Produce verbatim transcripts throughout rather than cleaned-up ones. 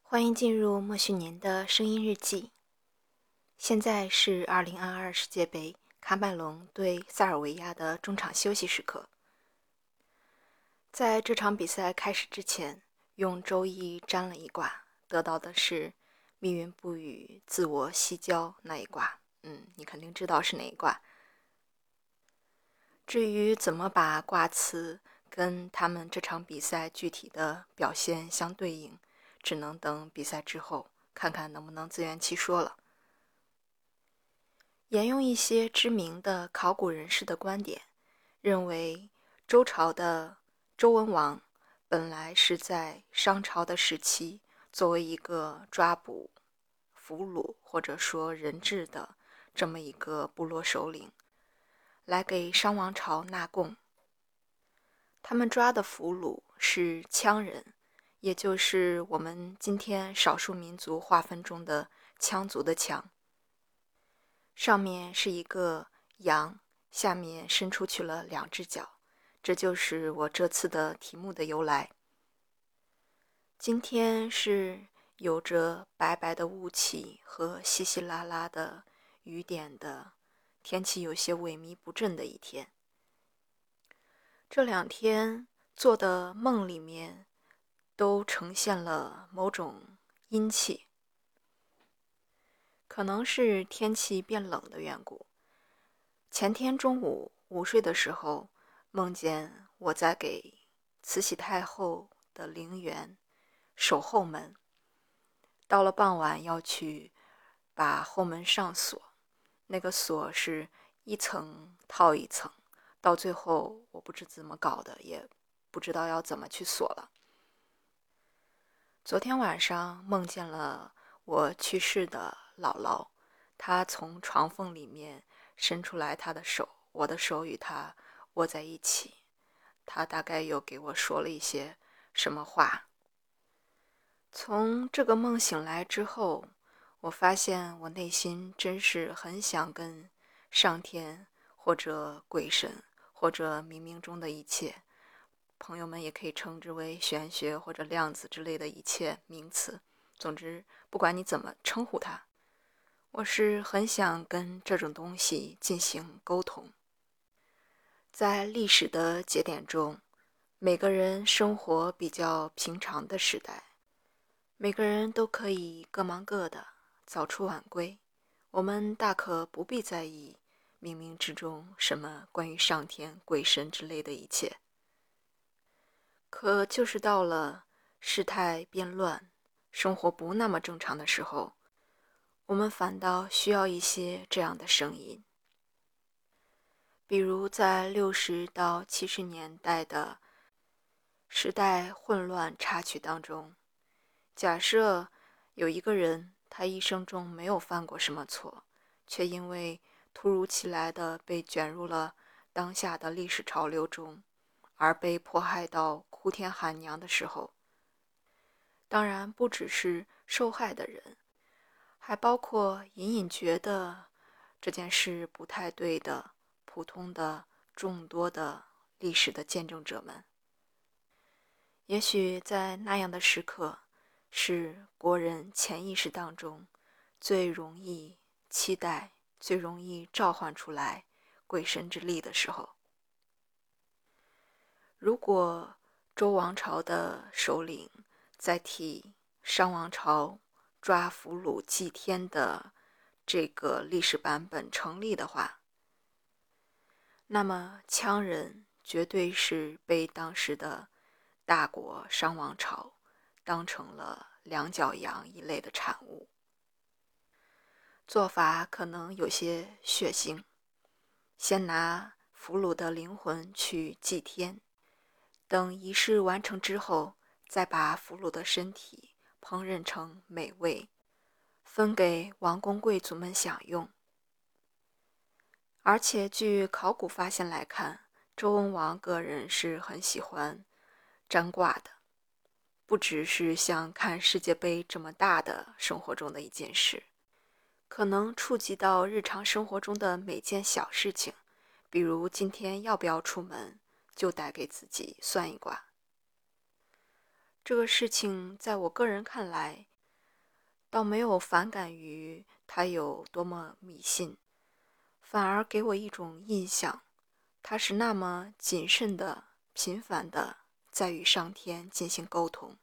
欢迎进入莫旭年的声音日记。现在是二零二二世界杯喀麦隆对塞尔维亚的中场休息时刻。在这场比赛开始之前，用周易占了一卦，得到的是密云不雨，自我西郊那一卦。嗯，你肯定知道是哪一卦。至于怎么把卦辞跟他们这场比赛具体的表现相对应，只能等比赛之后看看能不能自圆其说了。沿用一些知名的考古人士的观点，认为周朝的周文王本来是在商朝的时期作为一个抓捕俘虏或者说人质的这么一个部落首领，来给商王朝纳贡。他们抓的俘虏是羌人，也就是我们今天少数民族划分中的羌族的羌。上面是一个羊，下面伸出去了两只脚，这就是我这次的题目的由来。今天是有着白白的雾气和稀稀拉拉的雨点的天气有些萎靡不振的一天。这两天做的梦里面都呈现了某种阴气，可能是天气变冷的缘故。前天中午午睡的时候，梦见我在给慈禧太后的陵园守后门，到了傍晚要去把后门上锁，那个锁是一层套一层，到最后我不知怎么搞的，也不知道要怎么去锁了。昨天晚上梦见了我去世的姥姥，她从床缝里面伸出来她的手，我的手与她握在一起，她大概又给我说了一些什么话。从这个梦醒来之后，我发现我内心真是很想跟上天或者鬼神或者冥冥中的一切，朋友们也可以称之为玄学或者量子之类的一切名词，总之不管你怎么称呼它，我是很想跟这种东西进行沟通。在历史的节点中，每个人生活比较平常的时代，每个人都可以各忙各的，早出晚归，我们大可不必在意冥冥之中什么关于上天鬼神之类的一切。可就是到了事态变乱，生活不那么正常的时候，我们反倒需要一些这样的声音。比如在六十到七十年代的时代混乱插曲当中，假设有一个人，他一生中没有犯过什么错，却因为突如其来的被卷入了当下的历史潮流中，而被迫害到哭天喊娘的时候，当然不只是受害的人，还包括隐隐觉得这件事不太对的普通的众多的历史的见证者们。也许在那样的时刻，是国人潜意识当中最容易期待、最容易召唤出来鬼神之力的时候。如果周王朝的首领在替商王朝抓俘虏祭天的这个历史版本成立的话，那么羌人绝对是被当时的大国商王朝当成了两脚羊一类的产物。做法可能有些血腥，先拿俘虏的灵魂去祭天，等仪式完成之后，再把俘虏的身体烹饪成美味，分给王公贵族们享用。而且据考古发现来看，周文王个人是很喜欢占卦的，不只是像看世界杯这么大的生活中的一件事，可能触及到日常生活中的每件小事情，比如今天要不要出门，就得给自己算一卦。这个事情在我个人看来， 倒没有反感于他有多么迷信，反而给我一种印象，他是那么谨慎的、频繁的在与上天进行沟通。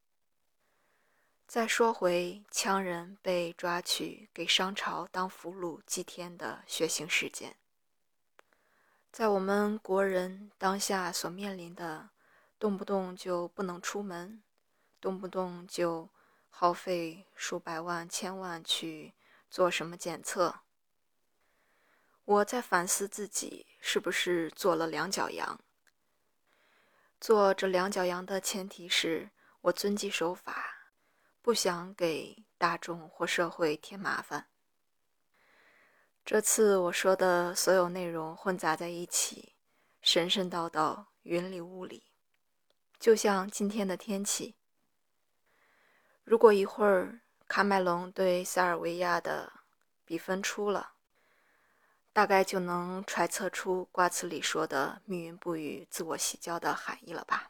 再说回羌人被抓去给商朝当俘虏祭天的血腥事件，在我们国人当下所面临的动不动就不能出门，动不动就耗费数百万千万去做什么检测，我在反思自己是不是做了两脚羊。做这两脚羊的前提是我遵纪守法，不想给大众或社会添麻烦。这次我说的所有内容混杂在一起，神神叨叨，云里雾里，就像今天的天气。如果一会儿喀麦隆对塞尔维亚的比分出了，大概就能揣测出卦辞里说的“密云不雨，自我洗浇”的含义了吧。